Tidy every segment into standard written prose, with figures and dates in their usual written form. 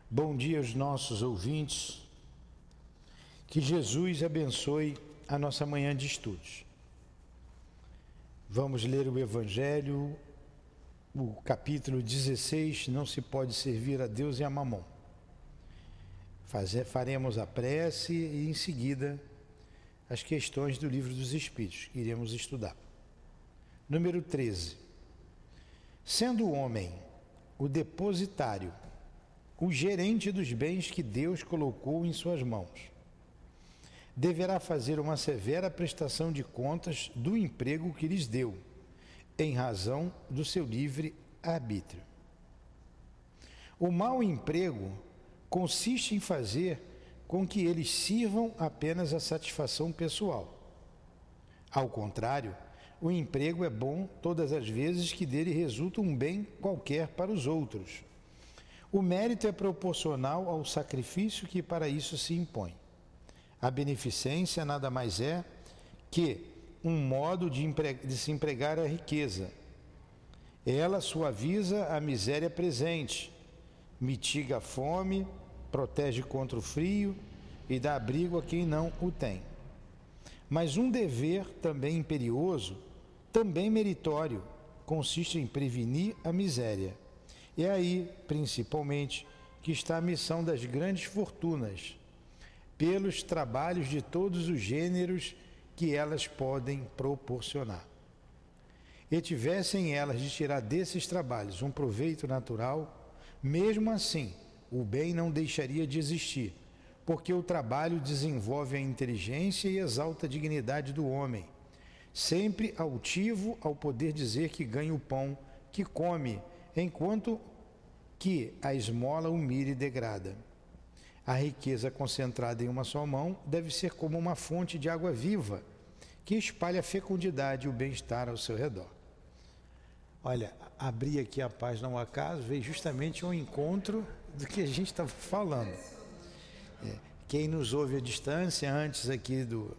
Bom dia aos nossos ouvintes. Que Jesus abençoe a nossa manhã de estudos. Vamos ler o Evangelho, o capítulo 16, não se pode servir a Deus e a Mamon. Faremos a prece e em seguida as questões do Livro dos Espíritos, que iremos estudar. Número 13. Sendo o homem o depositário, o gerente dos bens que Deus colocou em suas mãos, deverá fazer uma severa prestação de contas do emprego que lhes deu, em razão do seu livre arbítrio. O mau emprego consiste em fazer com que eles sirvam apenas à satisfação pessoal. Ao contrário, o emprego é bom todas as vezes que dele resulta um bem qualquer para os outros. O mérito é proporcional ao sacrifício que para isso se impõe. A beneficência nada mais é que um modo de se empregar a riqueza. Ela suaviza a miséria presente, mitiga a fome, protege contra o frio e dá abrigo a quem não o tem. Mas um dever também imperioso, também meritório, consiste em prevenir a miséria. É aí, principalmente, que está a missão das grandes fortunas, pelos trabalhos de todos os gêneros que elas podem proporcionar. E tivessem elas de tirar desses trabalhos um proveito natural, mesmo assim, o bem não deixaria de existir, porque o trabalho desenvolve a inteligência e exalta a dignidade do homem, sempre altivo ao poder dizer que ganha o pão que come, enquanto que a esmola humilha e degrada. A riqueza concentrada em uma só mão deve ser como uma fonte de água viva, que espalha a fecundidade e o bem-estar ao seu redor. Olha, abri aqui a página ao acaso, veio justamente um encontro do que a gente estava falando. Quem nos ouve à distância, antes aqui do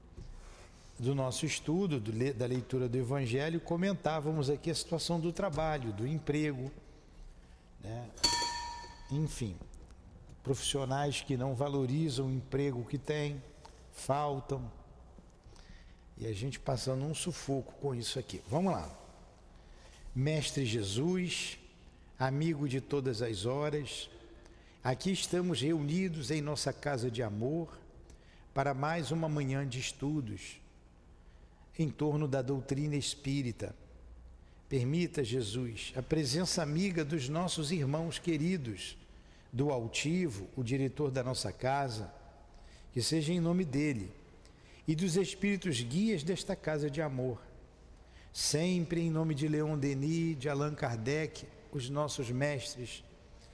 nosso estudo, da leitura do Evangelho, comentávamos aqui a situação do trabalho, do emprego, né? Enfim, profissionais que não valorizam o emprego que têm, faltam, e a gente passando um sufoco com isso aqui. Vamos lá. Mestre Jesus, amigo de todas as horas, aqui estamos reunidos em nossa casa de amor para mais uma manhã de estudos em torno da doutrina espírita. Permita, Jesus, a presença amiga dos nossos irmãos queridos, do altivo, o diretor da nossa casa, que seja em nome dele, e dos espíritos guias desta casa de amor, sempre em nome de Leon Denis, de Allan Kardec, os nossos mestres,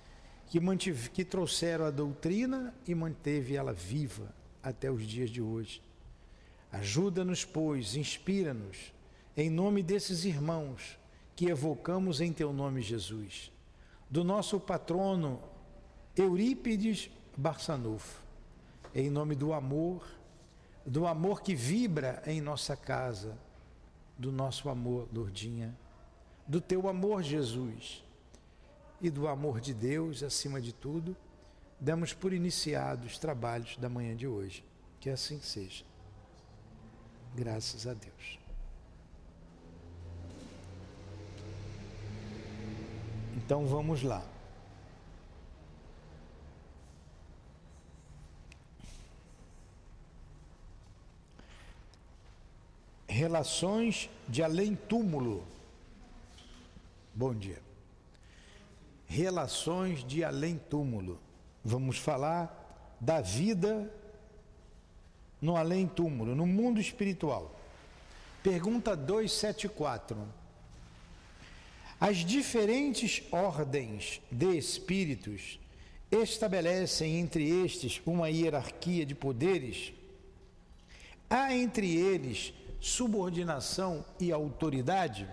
que trouxeram a doutrina e manteve ela viva até os dias de hoje. Ajuda-nos, pois, inspira-nos, em nome desses irmãos que evocamos em teu nome, Jesus, do nosso patrono Eurípides Barçanufo, em nome do amor que vibra em nossa casa, do nosso amor, Lourdinha, do teu amor, Jesus, e do amor de Deus, acima de tudo, damos por iniciados os trabalhos da manhã de hoje. Que assim seja. Graças a Deus. Então vamos lá. Relações de além-túmulo. Bom dia. Relações de além-túmulo. Vamos falar da vida no além-túmulo, no mundo espiritual. Pergunta 274. As diferentes ordens de espíritos estabelecem entre estes uma hierarquia de poderes? Há entre eles subordinação e autoridade?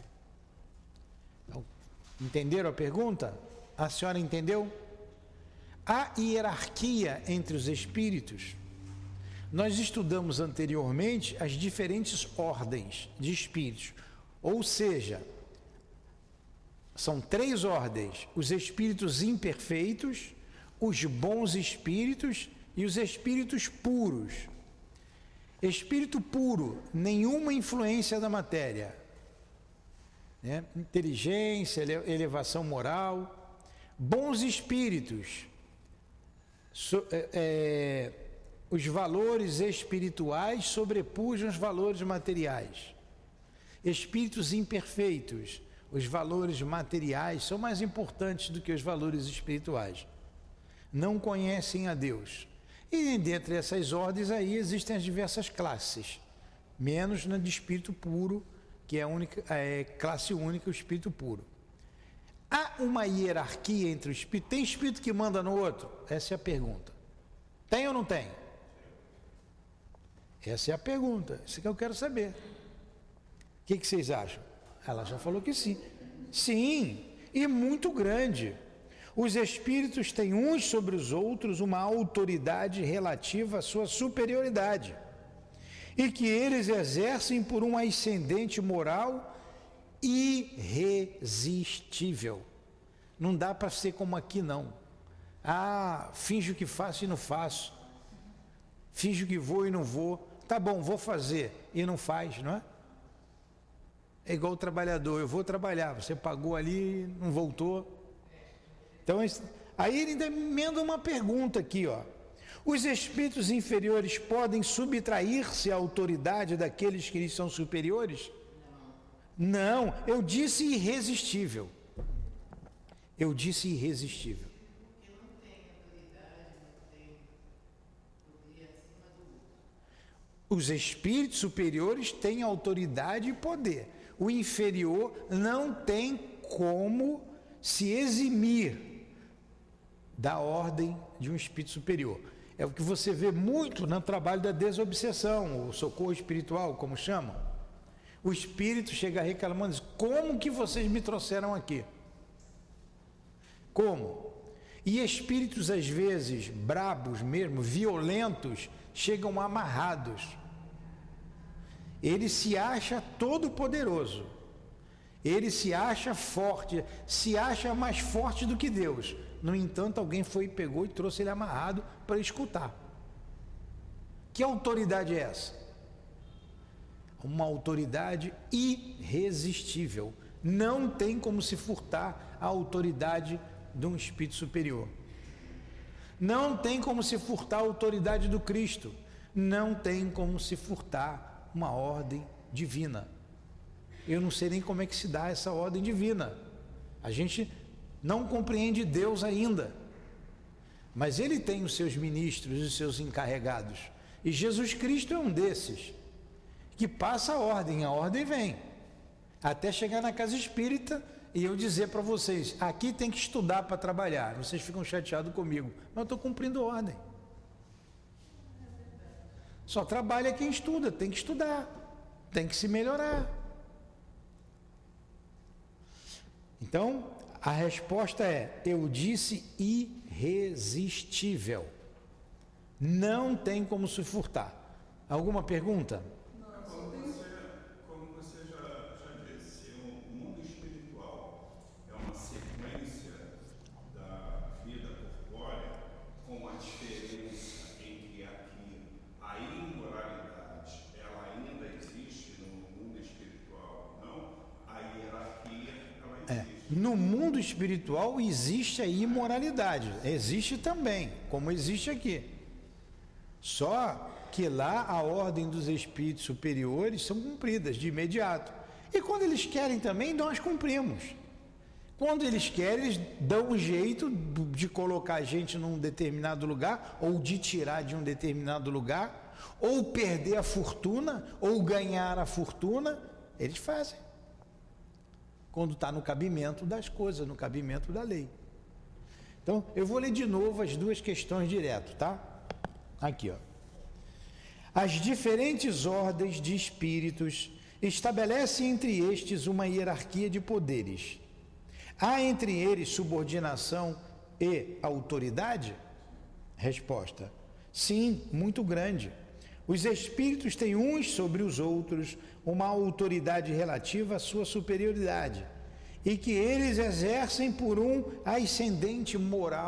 Entenderam a pergunta? A senhora entendeu? Há hierarquia entre os espíritos? Nós estudamos anteriormente as diferentes ordens de espíritos, ou seja, são 3 ordens: os espíritos imperfeitos, os bons espíritos e os espíritos puros. Espírito puro, nenhuma influência da matéria, né? Inteligência, elevação moral. Bons espíritos, os valores espirituais sobrepujam os valores materiais. Espíritos imperfeitos, os valores materiais são mais importantes do que os valores espirituais. Não conhecem a Deus. E dentre essas ordens aí existem as diversas classes, menos na de espírito puro, que é a única, classe única, o espírito puro. Há uma hierarquia entre os espíritos? Tem espírito que manda no outro? Essa é a pergunta. Tem ou não tem? Essa é a pergunta, isso que eu quero saber. O que vocês acham? Ela já falou que sim. Sim, e muito grande. Os espíritos têm uns sobre os outros uma autoridade relativa à sua superioridade, e que eles exercem por um ascendente moral irresistível. Não dá para ser como aqui, não. Finjo que faço e não faço. Finjo que vou e não vou. Tá bom, vou fazer e não faz, não é? É igual o trabalhador, eu vou trabalhar, você pagou ali, não voltou. Então, aí ele ainda emenda uma pergunta aqui, ó. Os espíritos inferiores podem subtrair-se à autoridade daqueles que lhes são superiores? Não, eu disse irresistível. Eu disse irresistível. Porque não tem autoridade, não tem poder acima do outro. Os espíritos superiores têm autoridade e poder. O inferior não tem como se eximir da ordem de um espírito superior. É o que você vê muito no trabalho da desobsessão, o socorro espiritual, como chamam. O espírito chega reclamando e diz: como que vocês me trouxeram aqui? Como? E espíritos às vezes brabos mesmo, violentos, chegam amarrados. Ele se acha todo poderoso. Ele se acha forte, se acha mais forte do que Deus. No entanto, alguém foi e pegou e trouxe ele amarrado para escutar. Que autoridade é essa? Uma autoridade irresistível. Não tem como se furtar a autoridade de um espírito superior. Não tem como se furtar a autoridade do Cristo. Não tem como se furtar uma ordem divina. Eu não sei nem como é que se dá essa ordem divina. A gente não compreende Deus ainda, mas Ele tem os seus ministros e os seus encarregados, e Jesus Cristo é um desses, que passa a ordem vem, até chegar na casa espírita e eu dizer para vocês: aqui tem que estudar para trabalhar. Vocês ficam chateados comigo, mas eu estou cumprindo ordem. Só trabalha quem estuda, tem que estudar, tem que se melhorar. Então, a resposta é: eu disse irresistível. Não tem como se furtar. Alguma pergunta? Como você já disse, o mundo espiritual é uma sequência da vida corpórea, com a diferença em que aqui a imoralidade ela ainda existe no mundo espiritual, não? A hierarquia ela existe. No mundo espiritual existe a imoralidade, existe também, como existe aqui. Só que lá a ordem dos espíritos superiores são cumpridas de imediato. E quando eles querem também, nós cumprimos. Quando eles querem, eles dão um jeito de colocar a gente num determinado lugar, ou de tirar de um determinado lugar, ou perder a fortuna, ou ganhar a fortuna, eles fazem. Quando está no cabimento das coisas, no cabimento da lei. Então, eu vou ler de novo as duas questões direto, tá? Aqui, ó. As diferentes ordens de espíritos estabelecem entre estes uma hierarquia de poderes. Há entre eles subordinação e autoridade? Resposta: sim, muito grande. Os espíritos têm uns sobre os outros uma autoridade relativa à sua superioridade, e que eles exercem por um ascendente moral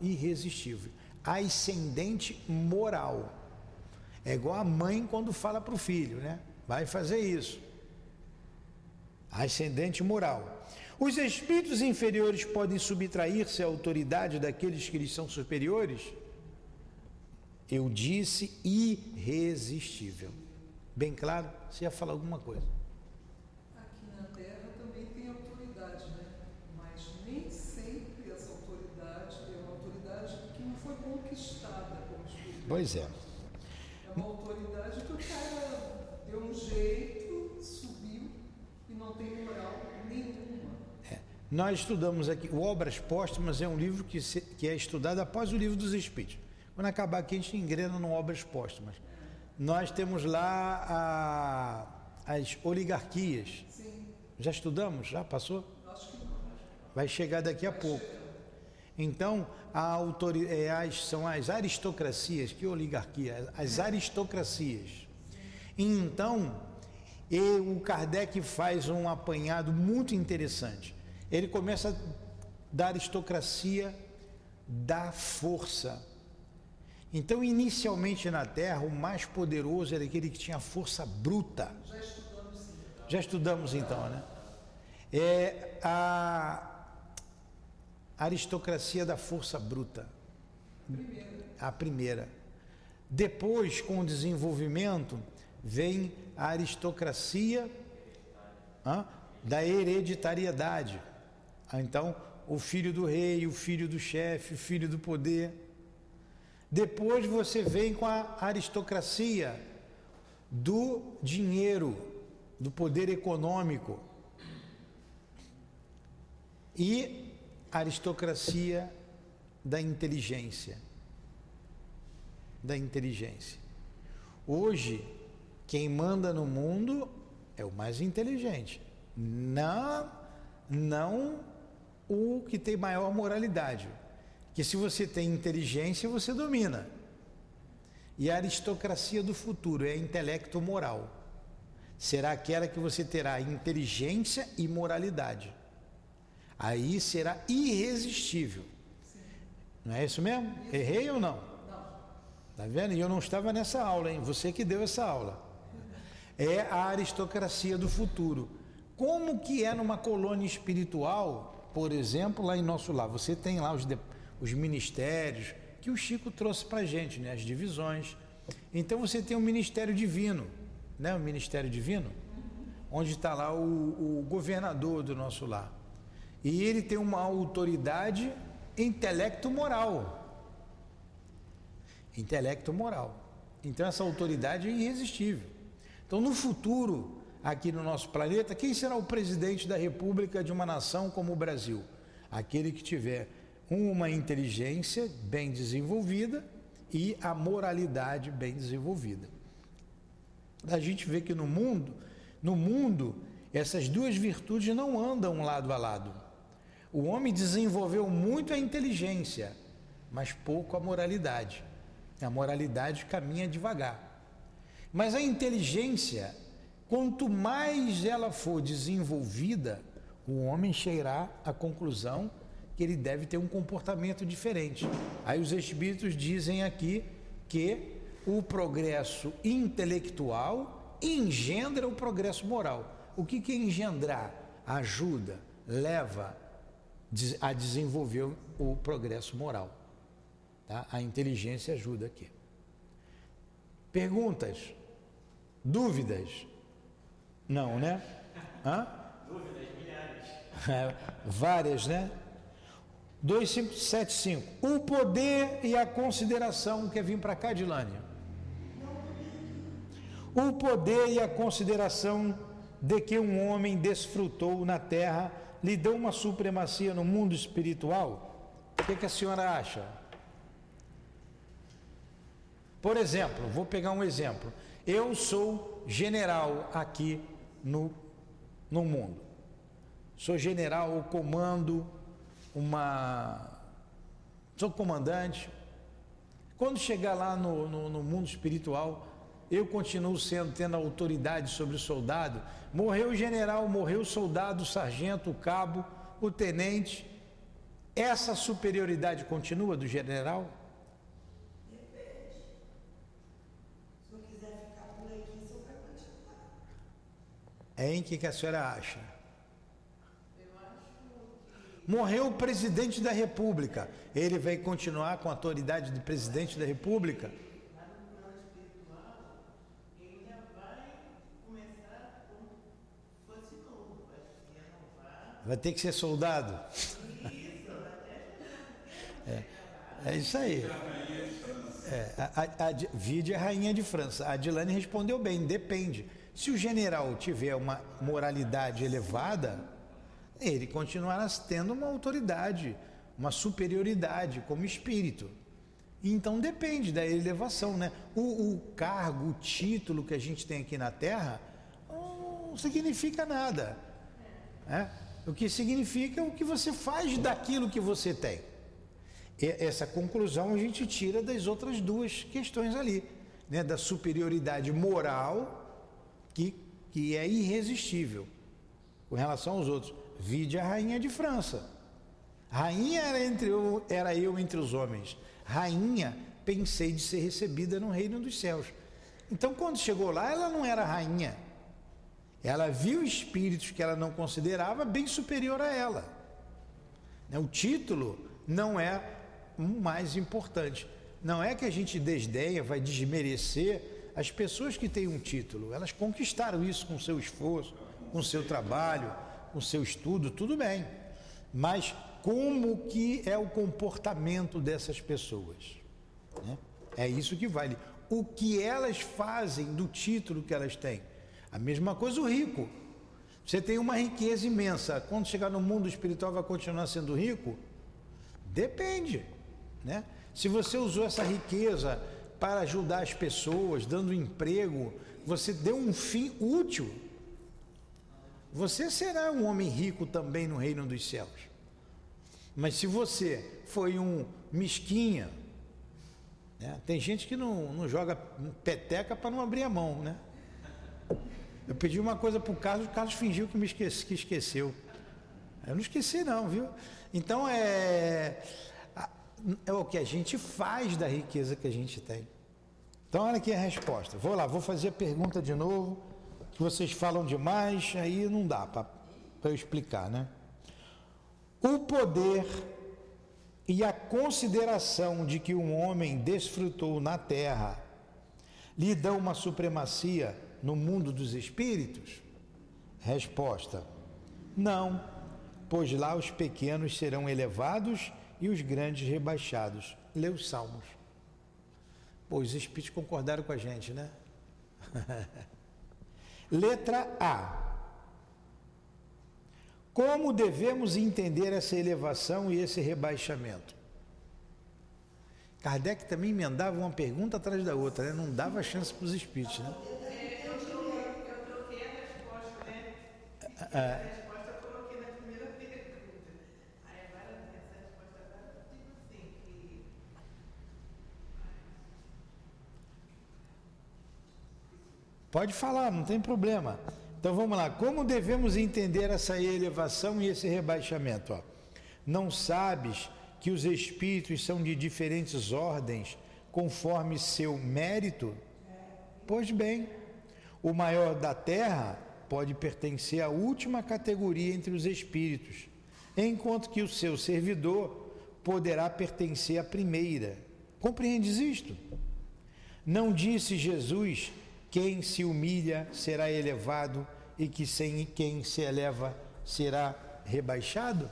irresistível, ascendente moral. É igual a mãe quando fala para o filho, né? Vai fazer isso. Ascendente moral. Os espíritos inferiores podem subtrair-se à autoridade daqueles que lhes são superiores? Eu disse irresistível. Bem claro? Você ia falar alguma coisa? Aqui na Terra também tem autoridade, né? Mas nem sempre essa autoridade é uma autoridade que não foi conquistada como espírito. Pois é. É uma autoridade que o cara deu um jeito, subiu e não tem moral nenhuma. Nós estudamos aqui, o Obras Póstumas é um livro que é estudado após o Livro dos Espíritos. Quando acabar aqui, a gente engrena no Obras Póstumas. Nós temos lá as oligarquias. Sim. Já estudamos? Já passou? Acho que não. Vai chegar daqui a pouco. Então, são as aristocracias, que oligarquia? As aristocracias. Então, o Kardec faz um apanhado muito interessante. Ele começa da aristocracia da força. Então, inicialmente na Terra, o mais poderoso era aquele que tinha força bruta. Já estudamos então, né? É a aristocracia da força bruta. A primeira. Depois, com o desenvolvimento, vem a aristocracia da hereditariedade. Então, o filho do rei, o filho do chefe, o filho do poder. Depois você vem com a aristocracia do dinheiro, do poder econômico. E a aristocracia da inteligência. Da inteligência. Hoje, quem manda no mundo é o mais inteligente. Não o que tem maior moralidade. Que se você tem inteligência, você domina. E a aristocracia do futuro é intelecto moral. Será aquela que você terá inteligência e moralidade. Aí será irresistível. Não é isso mesmo? Errei ou não? Tá vendo? E eu não estava nessa aula, hein? Você que deu essa aula. É a aristocracia do futuro. Como que é numa colônia espiritual, por exemplo, lá em nosso lar? Você tem lá os ministérios que o Chico trouxe para a gente, né? As divisões. Então você tem o ministério divino, né? O ministério divino, onde está lá o governador do nosso lar. E ele tem uma autoridade intelecto-moral. Intelecto-moral. Então essa autoridade é irresistível. Então no futuro, aqui no nosso planeta, quem será o presidente da república de uma nação como o Brasil? Aquele que tiver uma inteligência bem desenvolvida e a moralidade bem desenvolvida. A gente vê que no mundo, essas duas virtudes não andam lado a lado. O homem desenvolveu muito a inteligência, mas pouco a moralidade. A moralidade caminha devagar. Mas a inteligência, quanto mais ela for desenvolvida, o homem chegará à conclusão que ele deve ter um comportamento diferente. Aí os espíritos dizem aqui que o progresso intelectual engendra o progresso moral. O que é engendrar? Ajuda, leva a desenvolver o progresso moral. Tá? A inteligência ajuda aqui. Perguntas? Dúvidas? Não, né? Dúvidas, milhares. Várias, né? 2575. O poder e a consideração. Quer vir para cá, Dilane? O poder e a consideração de que um homem desfrutou na terra lhe dão uma supremacia no mundo espiritual? O que a senhora acha? Por exemplo, vou pegar um exemplo. Eu sou general aqui no mundo. Sou general, eu comando sou comandante. Quando chegar lá no mundo espiritual, eu continuo tendo autoridade sobre o soldado. Morreu o general, morreu o soldado, o sargento, o cabo, o tenente. essa superioridade continua do general? Depende. Se eu quiser ficar por aqui, o senhor vai continuar. É em que a senhora acha? Eu acho Morreu o presidente da República, ele vai continuar com a autoridade de presidente da República? que lá no plano espiritual, ele já vai começar como se fosse novo, vai se renovar. Vai ter que ser soldado? É isso aí. Vide a rainha de França. A Adilane respondeu bem, depende. Se o general tiver uma moralidade elevada, ele continuará tendo uma autoridade, uma superioridade como espírito. Então depende da elevação, né? O cargo, o título que a gente tem aqui na Terra não significa nada. O que significa é o que você faz daquilo que você tem. Essa conclusão a gente tira das outras duas questões ali, né? Da superioridade moral, que é irresistível com relação aos outros. Vide a rainha de França. Rainha era eu entre os homens. Rainha, pensei de ser recebida no reino dos céus. Então, quando chegou lá, ela não era rainha. Ela viu espíritos que ela não considerava bem superior a ela. O título não é o mais importante. Não é que a gente desdenha, vai desmerecer as pessoas que têm um título. Elas conquistaram isso com seu esforço, com seu trabalho, com seu estudo, tudo bem. Mas como que é o comportamento dessas pessoas? É isso que vale. O que elas fazem do título que elas têm? A mesma coisa o rico. Você tem uma riqueza imensa. Quando chegar no mundo espiritual vai continuar sendo rico? Depende, né? Se você usou essa riqueza para ajudar as pessoas, dando emprego, você deu um fim útil, você será um homem rico também no reino dos céus. Mas se você foi um mesquinha, né? Tem gente que não joga peteca para não abrir a mão, né? Eu pedi uma coisa para o Carlos fingiu que que esqueceu. Eu não esqueci não, viu? Então é o que a gente faz da riqueza que a gente tem. Então olha aqui a resposta. Vou fazer a pergunta de novo, que vocês falam demais, aí não dá para eu explicar, né? O poder e a consideração de que um homem desfrutou na terra lhe dão uma supremacia no mundo dos espíritos? Resposta: não, pois lá os pequenos serão elevados e os grandes rebaixados. Lê os Salmos. Pô, os espíritos concordaram com a gente, né? Letra A. Como devemos entender essa elevação e esse rebaixamento? Kardec também emendava uma pergunta atrás da outra, né? Não dava chance para os espíritos, né? Eu troquei a resposta, né? A resposta eu coloquei na primeira pergunta. Aí agora, essa resposta agora, tipo assim, que... Pode falar, não tem problema. Então vamos lá. Como devemos entender essa elevação e esse rebaixamento? Não sabes que os espíritos são de diferentes ordens, conforme seu mérito? Pois bem, o maior da terra pode pertencer à última categoria entre os espíritos, enquanto que o seu servidor poderá pertencer à primeira. Compreendes isto? Não disse Jesus: quem se humilha será elevado e que quem se eleva será rebaixado?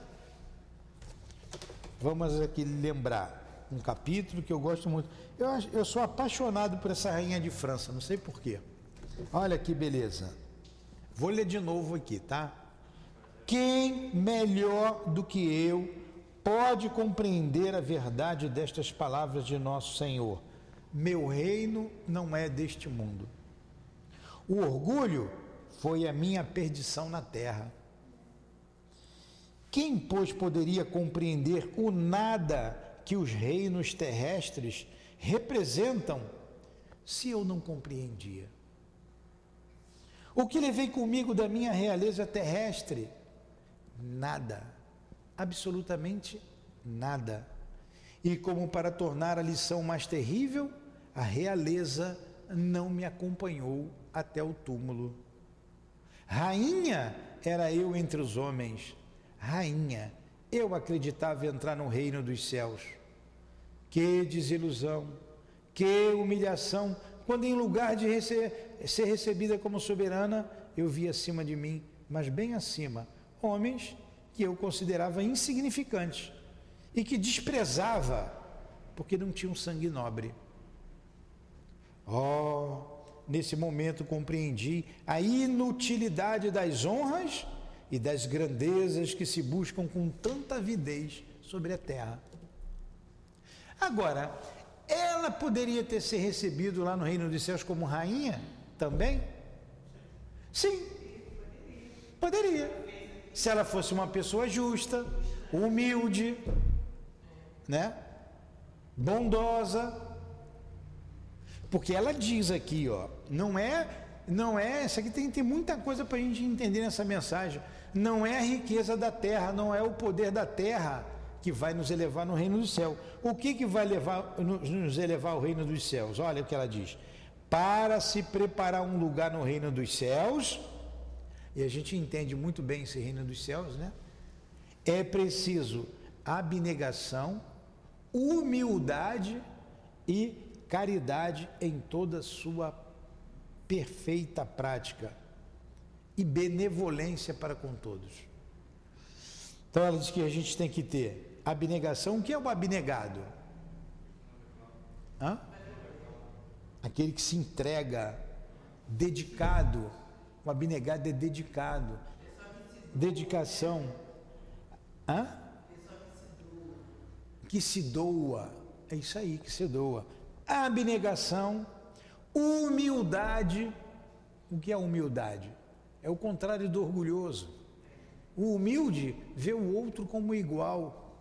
Vamos aqui lembrar um capítulo que eu gosto muito. Eu sou apaixonado por essa rainha de França, não sei porquê. Olha que beleza. Vou ler de novo aqui, tá? Quem melhor do que eu pode compreender a verdade destas palavras de nosso Senhor? Meu reino não é deste mundo. O orgulho foi a minha perdição na terra. Quem, pois, poderia compreender o nada que os reinos terrestres representam, se eu não compreendia? O que levei comigo da minha realeza terrestre? Nada, absolutamente nada. E como para tornar a lição mais terrível, a realeza não me acompanhou até o túmulo. Rainha era eu entre os homens, rainha, eu acreditava entrar no reino dos céus. Que desilusão, que humilhação, quando em lugar de ser recebida como soberana, eu vi acima de mim, mas bem acima, homens que eu considerava insignificantes e que desprezava, porque não tinham sangue nobre. Oh, nesse momento compreendi a inutilidade das honras e das grandezas que se buscam com tanta avidez sobre a terra. Agora, ela poderia ter se recebido lá no reino dos céus como rainha também? Sim, poderia. Se ela fosse uma pessoa justa, humilde, né? Bondosa. Porque ela diz aqui, ó, não é, isso aqui tem muita coisa para a gente entender nessa mensagem. Não é a riqueza da terra, não é o poder da terra que vai nos elevar no reino dos céus. O que vai nos elevar ao reino dos céus? Olha o que ela diz. Para se preparar um lugar no reino dos céus, e a gente entende muito bem esse reino dos céus, né? É preciso abnegação, humildade e caridade em toda a sua perfeita prática e benevolência para com todos. Então ela diz que a gente tem que ter abnegação. O que é o abnegado? Aquele que se entrega, dedicado. O abnegado é dedicado. Dedicação. Que se doa. É isso aí, que se doa. Abnegação, humildade. O que é humildade? É o contrário do orgulhoso. O humilde vê o outro como igual.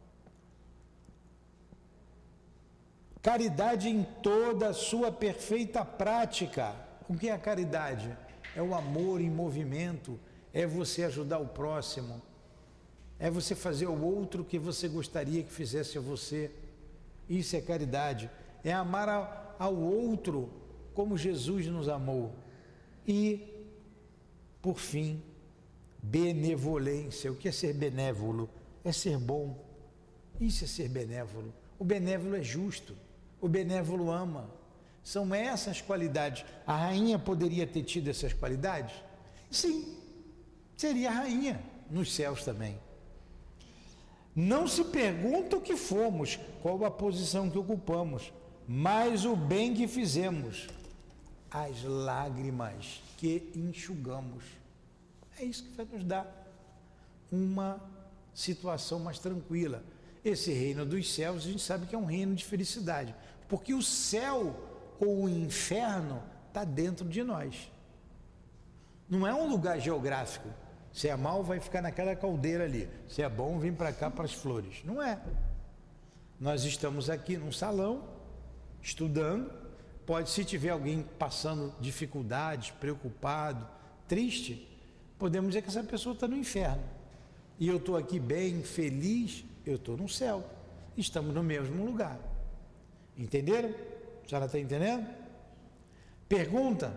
Caridade em toda a sua perfeita prática. O que é a caridade? É o amor em movimento, é você ajudar o próximo, é você fazer ao outro o que você gostaria que fizesse a você. Isso é caridade, é amar ao outro como Jesus nos amou. E, por fim, benevolência. O que é ser benévolo? É ser bom. Isso é ser benévolo. O benévolo é justo, o benévolo ama. São essas qualidades. A rainha poderia ter tido essas qualidades? Sim, seria rainha nos céus também. Não se pergunta o que fomos, qual a posição que ocupamos, mas o bem que fizemos, as lágrimas que enxugamos. É isso que vai nos dar uma situação mais tranquila. Esse reino dos céus, a gente sabe que é um reino de felicidade, porque o céu ou o inferno está dentro de nós. Não é um lugar geográfico. Se é mal, vai ficar naquela caldeira ali. Se é bom, vem para cá para as flores. Não é. Nós estamos aqui num salão, estudando. Pode, se tiver alguém passando dificuldades, preocupado, triste, podemos dizer que essa pessoa está no inferno. E eu estou aqui bem, feliz, eu estou no céu. Estamos no mesmo lugar. Entenderam? A senhora está entendendo? Pergunta.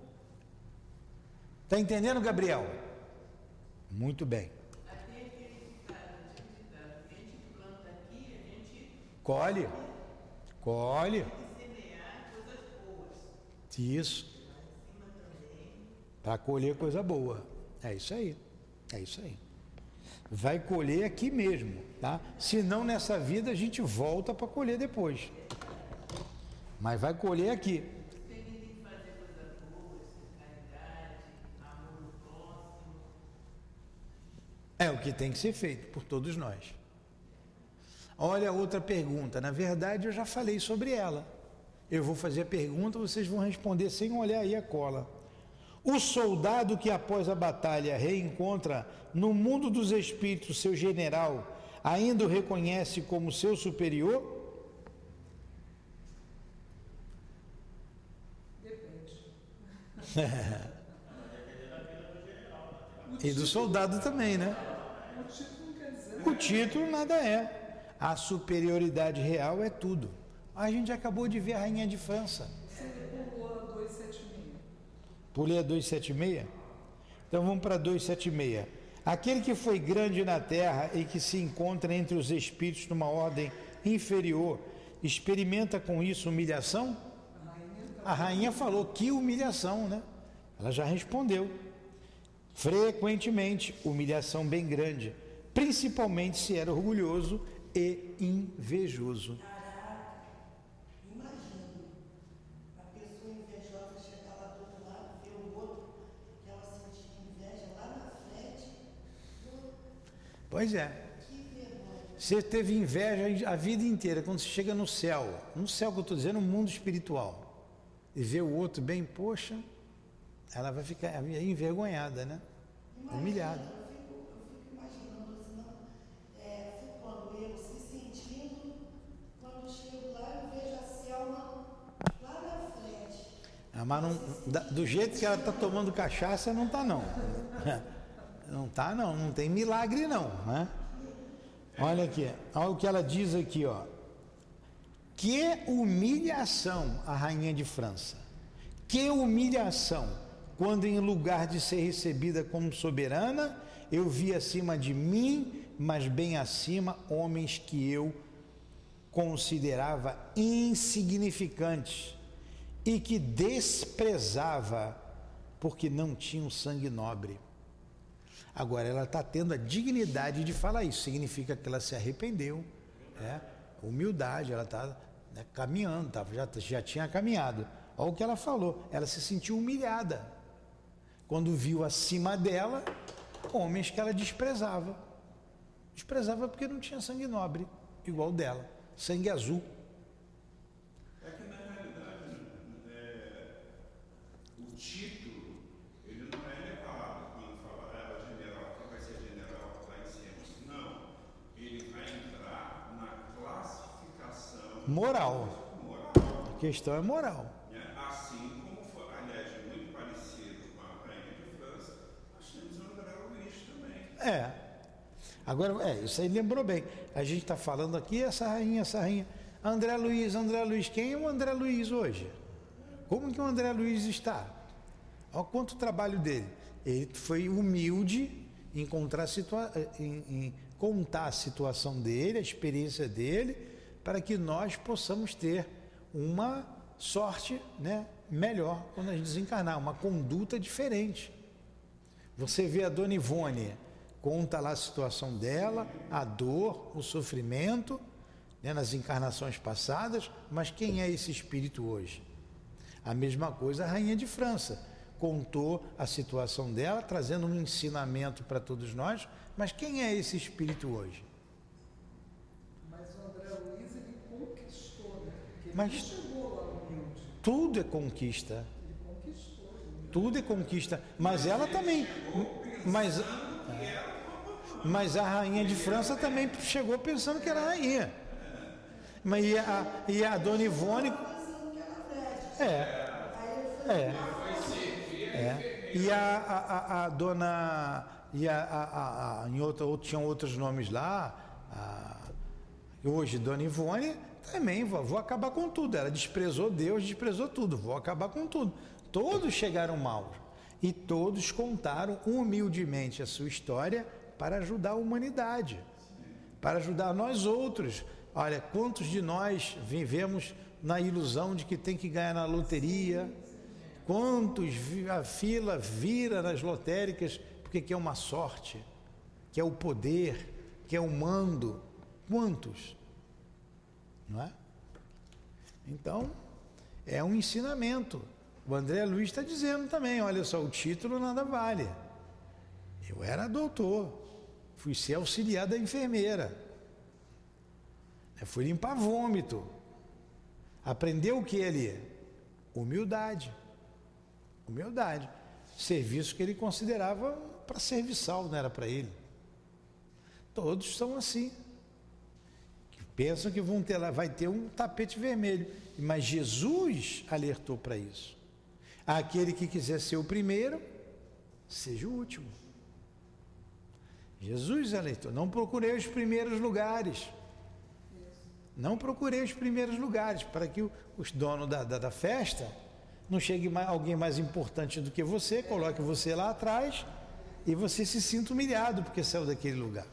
Está entendendo, Gabriel? Muito bem. Até aquele ditado antiguidade, a gente planta aqui, a gente Colhe. tem que semear coisas boas. Isso. Para colher coisa boa. É isso aí. É isso aí. Vai colher aqui mesmo, tá? Se não nessa vida, a gente volta para colher depois. Mas vai colher aqui. Tem que fazer coisas boas, caridade, amor ao próximo. É o que tem que ser feito por todos nós. Olha a outra pergunta. Na verdade, eu já falei sobre ela. Eu vou fazer a pergunta, vocês vão responder sem olhar aí a cola. O soldado que após a batalha reencontra no mundo dos espíritos seu general, ainda o reconhece como seu superior? E do soldado também, né? O título não quer dizer O título nada é. A superioridade real é tudo. A gente acabou de ver a Rainha de França. Você pulou a 276. Pulei a 276? Então vamos para 276. Aquele que foi grande na terra e que se encontra entre os espíritos numa ordem inferior, experimenta com isso humilhação? A rainha falou que humilhação, né? Ela já respondeu. Frequentemente, humilhação bem grande, principalmente se era orgulhoso e invejoso. Imagina a pessoa invejosa chegar lá do outro lado, ver o outro, que ela sentir inveja lá na frente. Pois é. Você teve inveja a vida inteira. Quando você chega no céu que eu estou dizendo, no mundo espiritual, e vê o outro bem, poxa, ela vai ficar envergonhada, né? Humilhada. Eu fico imaginando assim, quando eu se sentindo, quando chego lá, eu vejo a Selma lá na frente. Mas não, do jeito que ela está tomando cachaça, não está não. Não está não, não tem milagre não, né? Olha aqui, olha o que ela diz aqui, ó. Que humilhação, a rainha de França. Que humilhação, quando em lugar de ser recebida como soberana, eu vi acima de mim, mas bem acima, homens que eu considerava insignificantes e que desprezava porque não tinham sangue nobre. Agora ela está tendo a dignidade de falar isso, significa que ela se arrependeu, humildade, ela está caminhando, já tinha caminhado. Olha o que ela falou, ela se sentiu humilhada quando viu acima dela homens que ela desprezava porque não tinha sangue nobre igual dela, sangue azul. É que na realidade o título ele não é elevado quando fala general, quem vai ser general lá em cima. Não, ele vai entrar na classificação Moral. A questão é moral. Assim como foi, aliás, muito parecido com a Rainha de França, nós temos o André Luiz também. Agora, isso aí lembrou bem. A gente está falando aqui, essa rainha. André Luiz, quem é o André Luiz hoje? Como que o André Luiz está? Olha quanto trabalho dele. Ele foi humilde em contar a situação dele, a experiência dele, para que nós possamos ter uma sorte, né, melhor quando a gente desencarnar, uma conduta diferente. Você vê a Dona Ivone, conta lá a situação dela, a dor, o sofrimento, né, nas encarnações passadas, mas quem é esse espírito hoje? A mesma coisa a Rainha de França, contou a situação dela, trazendo um ensinamento para todos nós, mas quem é esse espírito hoje? Mas o André Luiz, ele conquistou, né? Porque ele Mas não chegou lá humilde. tudo é conquista. Ele conquistou. Tudo é conquista. Mas ela também. Mas a Rainha de França também chegou pensando que era rainha. Mas e a Dona Ivone. E a dona. Tinham outros nomes lá. Hoje, Dona Ivone, também vou acabar com tudo. Ela desprezou Deus, desprezou tudo. Vou acabar com tudo. Todos chegaram mal. E todos contaram humildemente a sua história para ajudar a humanidade. Para ajudar nós outros. Olha, quantos de nós vivemos na ilusão de que tem que ganhar na loteria? Quantos a fila vira nas lotéricas porque quer uma sorte, quer o poder, quer o mando? Quantos? Não é? Então, é um ensinamento. O André Luiz está dizendo também, olha só, o título nada vale. Eu era doutor, fui ser auxiliar da enfermeira. Eu fui limpar vômito. Aprendeu o que ali? Humildade. Humildade. Serviço que ele considerava para serviçal, não era para ele. Todos são assim. Que pensam que vão ter lá, vai ter um tapete vermelho. Mas Jesus alertou para isso. Aquele que quiser ser o primeiro, seja o último. Jesus alertou. Não procurei os primeiros lugares. Não procurei os primeiros lugares, para que os donos da festa não chegue alguém mais importante do que você, coloque você lá atrás e você se sinta humilhado porque saiu daquele lugar.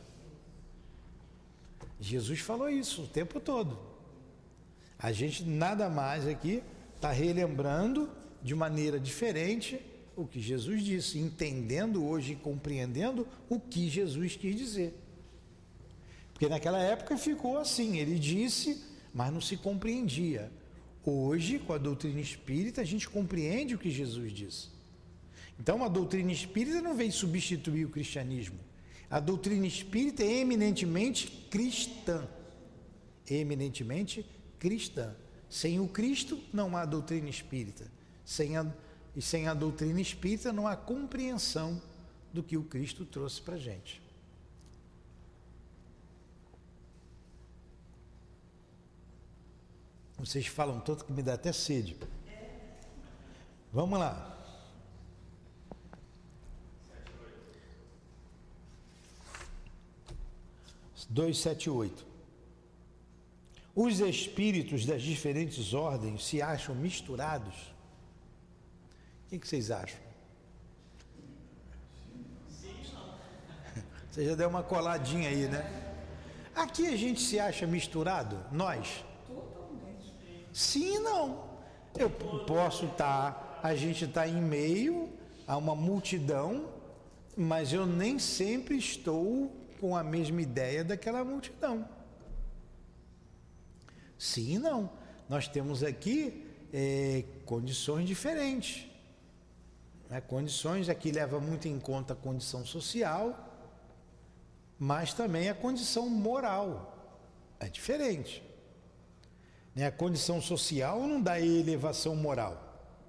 Jesus falou isso o tempo todo. A gente nada mais aqui está relembrando de maneira diferente o que Jesus disse, entendendo hoje e compreendendo o que Jesus quis dizer. Porque naquela época ficou assim, ele disse, mas não se compreendia. Hoje, com a doutrina espírita, a gente compreende o que Jesus disse. Então, a doutrina espírita não veio substituir o cristianismo. A doutrina espírita é eminentemente cristã. Eminentemente cristã. Sem o Cristo, não há doutrina espírita. Sem a doutrina espírita, não há compreensão do que o Cristo trouxe para a gente. Vocês falam tanto que me dá até sede. Vamos lá. 278. Os espíritos das diferentes ordens se acham misturados? O que vocês acham? Você já deu uma coladinha aí, né? Aqui a gente se acha misturado? Nós? Totalmente. Sim e não. Eu posso estar, a gente está em meio a uma multidão, mas eu nem sempre estou com a mesma ideia daquela multidão. Sim e não. Nós temos aqui condições diferentes. Condições, aqui leva muito em conta a condição social, mas também a condição moral. É diferente. A condição social não dá elevação moral.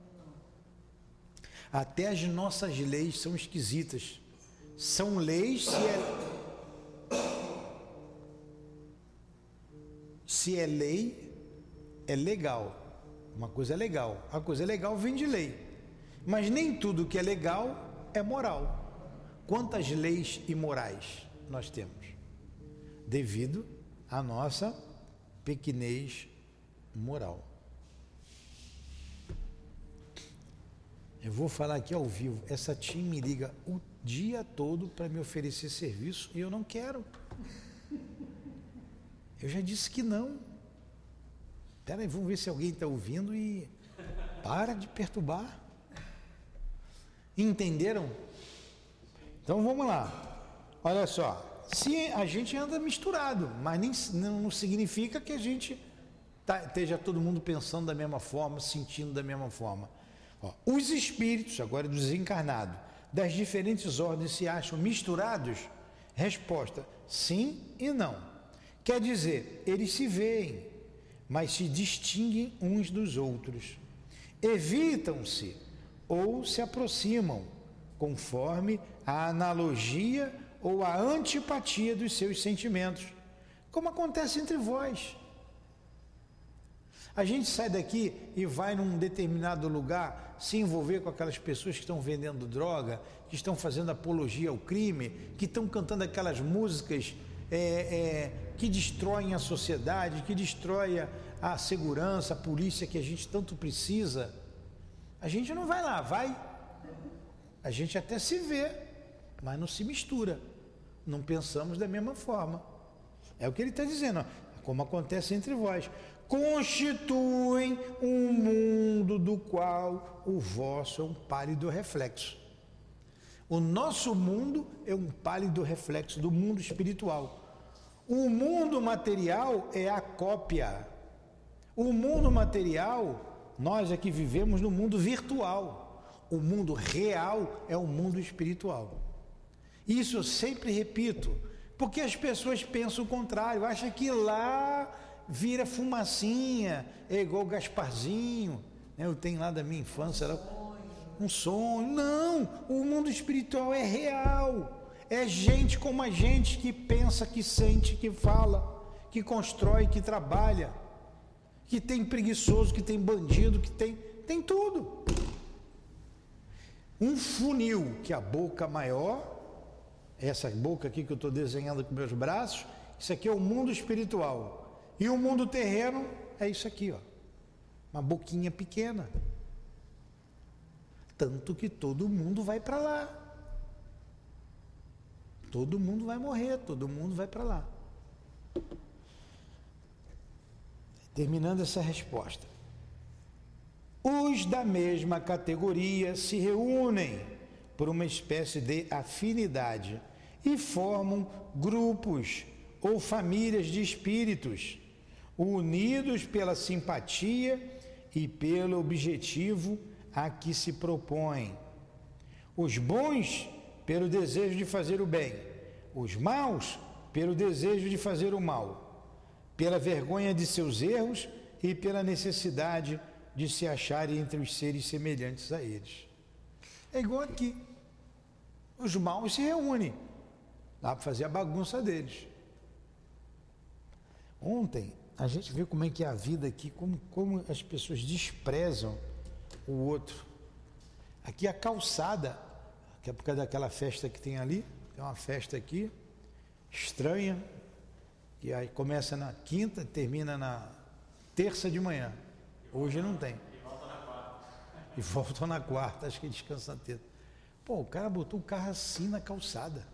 Até as nossas leis são esquisitas. São leis se é lei, é legal. Uma coisa é legal. A coisa é legal vem de lei. Mas nem tudo que é legal é moral. Quantas leis imorais nós temos? Devido à nossa pequenez moral. Eu vou falar aqui ao vivo. Essa tia me liga o dia todo para me oferecer serviço e eu não quero. Eu já disse que não. Espera aí, vamos ver se alguém está ouvindo e para de perturbar. Entenderam? Então vamos lá. Olha só. Se a gente anda misturado, mas não significa que a gente esteja todo mundo pensando da mesma forma, sentindo da mesma forma. Os espíritos, agora desencarnados, das diferentes ordens se acham misturados? Resposta, sim e não. Quer dizer, eles se veem, mas se distinguem uns dos outros. Evitam-se ou se aproximam, conforme a analogia ou a antipatia dos seus sentimentos, como acontece entre vós. A gente sai daqui e vai num determinado lugar se envolver com aquelas pessoas que estão vendendo droga, que estão fazendo apologia ao crime, que estão cantando aquelas músicas que destroem a sociedade, que destroem a segurança, a polícia que a gente tanto precisa. A gente não vai lá, vai. A gente até se vê, mas não se mistura. Não pensamos da mesma forma. É o que ele está dizendo, como acontece entre vós. Constituem um mundo do qual o vosso é um pálido reflexo. O nosso mundo é um pálido reflexo do mundo espiritual. O mundo material é a cópia. O mundo material, nós aqui vivemos no mundo virtual. O mundo real é o mundo espiritual. Isso eu sempre repito, porque as pessoas pensam o contrário, acham que lá vira fumacinha, é igual o Gasparzinho, né? Eu tenho lá da minha infância, era um sonho. Não, o mundo espiritual é real, é gente como a gente que pensa, que sente, que fala, que constrói, que trabalha, que tem preguiçoso, que tem bandido, que tem tudo. Um funil que a boca maior, essa boca aqui que eu estou desenhando com meus braços, isso aqui é o mundo espiritual. E o mundo terreno é isso aqui, ó. Uma boquinha pequena. Tanto que todo mundo vai para lá. Todo mundo vai morrer, todo mundo vai para lá. Terminando essa resposta. Os da mesma categoria se reúnem por uma espécie de afinidade e formam grupos ou famílias de espíritos, unidos pela simpatia e pelo objetivo a que se propõem. Os bons pelo desejo de fazer o bem, os maus pelo desejo de fazer o mal, pela vergonha de seus erros e pela necessidade de se acharem entre os seres semelhantes a eles. É igual aqui. Os maus se reúnem. Dá para fazer a bagunça deles. Ontem, a gente viu como é que é a vida aqui, como as pessoas desprezam o outro. Aqui a calçada, que é por causa daquela festa que tem ali, tem uma festa aqui, estranha, e aí começa na quinta, termina na terça de manhã. Hoje não tem. E voltam na quarta, acho que descansa na terça. Pô, o cara botou o carro assim na calçada.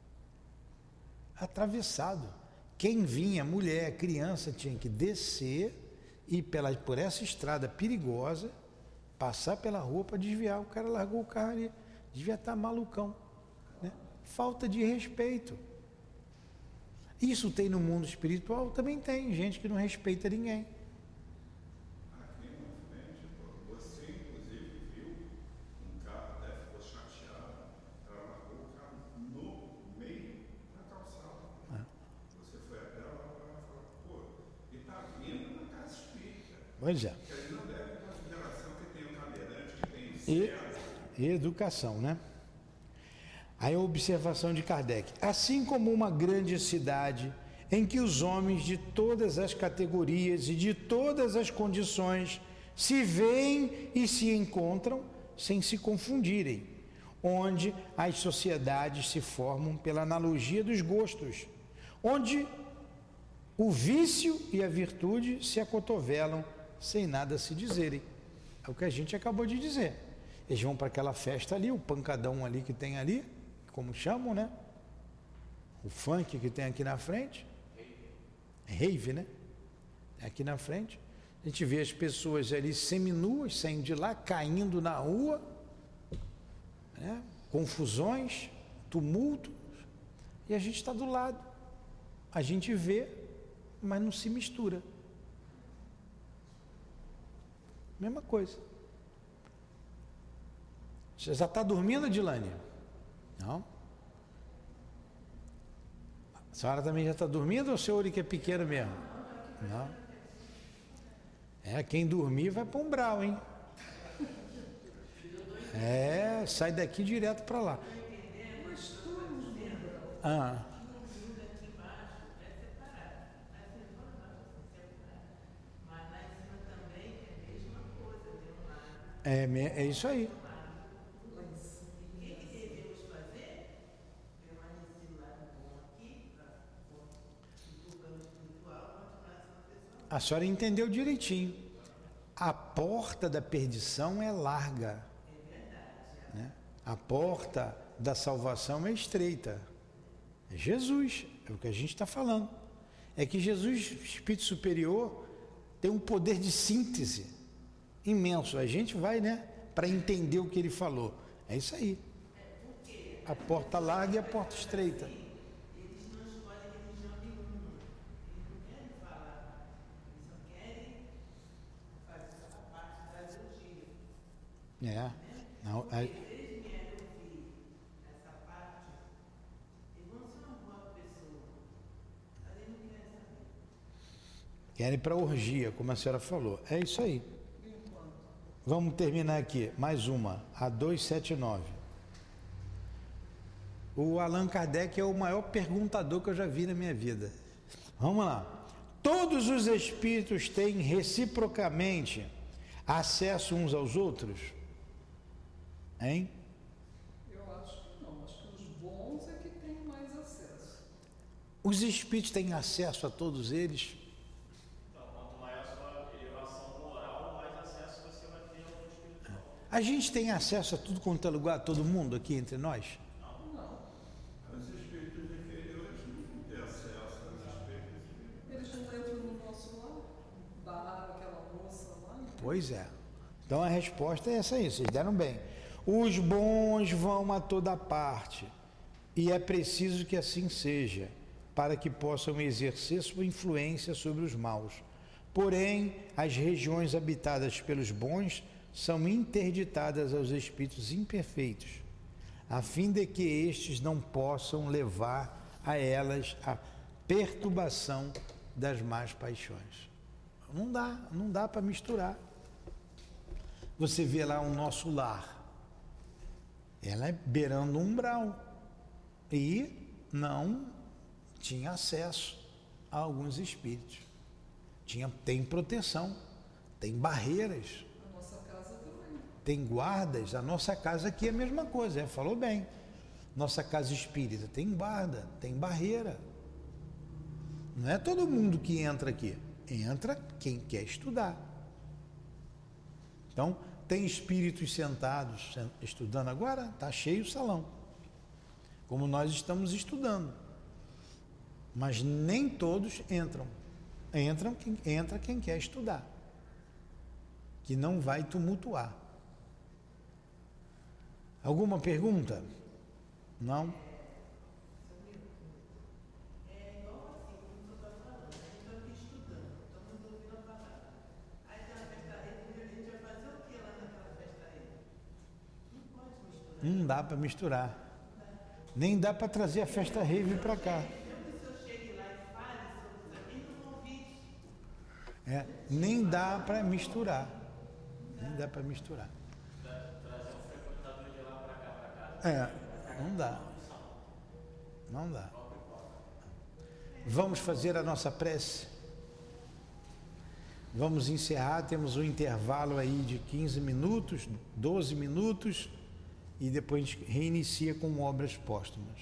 Atravessado. Quem vinha, mulher, criança, tinha que descer e por essa estrada perigosa, passar pela rua para desviar. O cara largou o carro ali. Devia estar malucão. Né? Falta de respeito. Isso tem no mundo espiritual? Também tem. Gente que não respeita ninguém. Aqui na frente, você inclusive viu um carro, até ficou chateado, ela largou o carro no meio da calçada. Você foi até lá para ela falar, pô, e está vindo na casa espírita. Pois é. Porque ele não leva em consideração que tem um cadeirante, que tem o céu. E educação, né? Aí a observação de Kardec. Assim como uma grande cidade em que os homens de todas as categorias e de todas as condições se veem e se encontram sem se confundirem, onde as sociedades se formam pela analogia dos gostos, onde o vício e a virtude se acotovelam sem nada se dizerem. É o que a gente acabou de dizer. Eles vão para aquela festa ali, o pancadão ali que tem ali, como chamam, né? O funk que tem aqui na frente. Rave, né? Aqui na frente. A gente vê as pessoas ali seminuas, saindo de lá, caindo na rua, né? Confusões, tumultos, e a gente está do lado. A gente vê, mas não se mistura. Mesma coisa. Você já está dormindo, Dilane? Não? A senhora também já está dormindo ou o senhor que é pequeno mesmo? Não. Quem dormir vai para um brau, hein? Sai daqui direto para lá. É isso aí. A senhora entendeu direitinho. A porta da perdição é larga. Né? A porta da salvação é estreita. É Jesus, é o que a gente está falando. É que Jesus, Espírito Superior, tem um poder de síntese imenso. A gente vai, né, para entender o que ele falou. É isso aí. A porta larga e a porta estreita. Não, querem para orgia, como a senhora falou. É isso aí. Vamos terminar aqui. Mais uma. A 279. O Allan Kardec é o maior perguntador que eu já vi na minha vida. Vamos lá. Todos os espíritos têm reciprocamente acesso uns aos outros? Hein? Eu acho que não. Acho que os bons é que têm mais acesso. Os espíritos têm acesso a todos eles? A gente tem acesso a tudo quanto é lugar, todo mundo aqui entre nós? Os espíritos inferiores não têm acesso aos espíritos. Eles não entram no nosso lar, barraram aquela moça lá. Pois é. Então a resposta é essa aí, vocês deram bem. Os bons vão a toda parte, e é preciso que assim seja, para que possam exercer sua influência sobre os maus. Porém, as regiões habitadas pelos bons são interditadas aos espíritos imperfeitos, a fim de que estes não possam levar a elas a perturbação das más paixões. Não dá para misturar. Você vê lá o nosso lar, ela é beirando um umbral e não tinha acesso a alguns espíritos. Tem proteção, tem barreiras, A nossa casa também. tem guardas. A nossa casa aqui é a mesma coisa, falou bem. Nossa casa espírita tem guarda, tem barreira. Não é todo mundo que entra aqui, entra quem quer estudar. Então, tem espíritos sentados estudando agora, está cheio o salão, como nós estamos estudando. Mas nem todos entram. Entra quem quer estudar, que não vai tumultuar. Alguma pergunta? Não? É igual assim, como você está falando, a gente está aqui estudando, estamos ouvindo a palavra. Aí tem uma festa rede, a gente vai fazer o que lá naquela festa rede? Não pode misturar. Não dá para misturar. Nem dá para trazer a festa rave para cá. Nem dá para misturar. Nem dá para misturar. Não dá. Não dá. Vamos fazer a nossa prece. Vamos encerrar, temos um intervalo aí de 15 minutos, 12 minutos, e depois a gente reinicia com obras póstumas.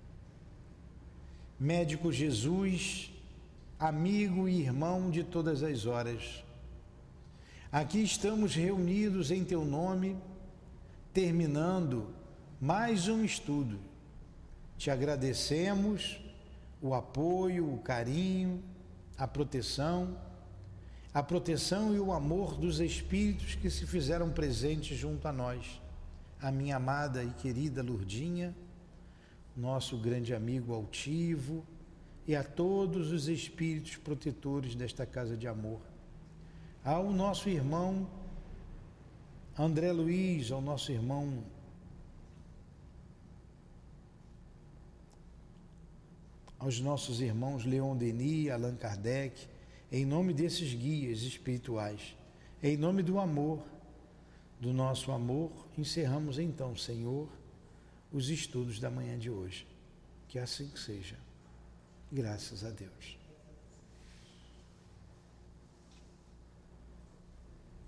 Médico Jesus, amigo e irmão de todas as horas, aqui estamos reunidos em teu nome, terminando mais um estudo. Te agradecemos o apoio, o carinho, a proteção e o amor dos espíritos que se fizeram presentes junto a nós. A minha amada e querida Lourdinha, nosso grande amigo altivo, e a todos os espíritos protetores desta casa de amor. Ao nosso irmão André Luiz, ao nosso irmão aos nossos irmãos Leon Denis, Allan Kardec, em nome desses guias espirituais, em nome do amor, do nosso amor, encerramos então, Senhor, os estudos da manhã de hoje. Que assim seja. Graças a Deus.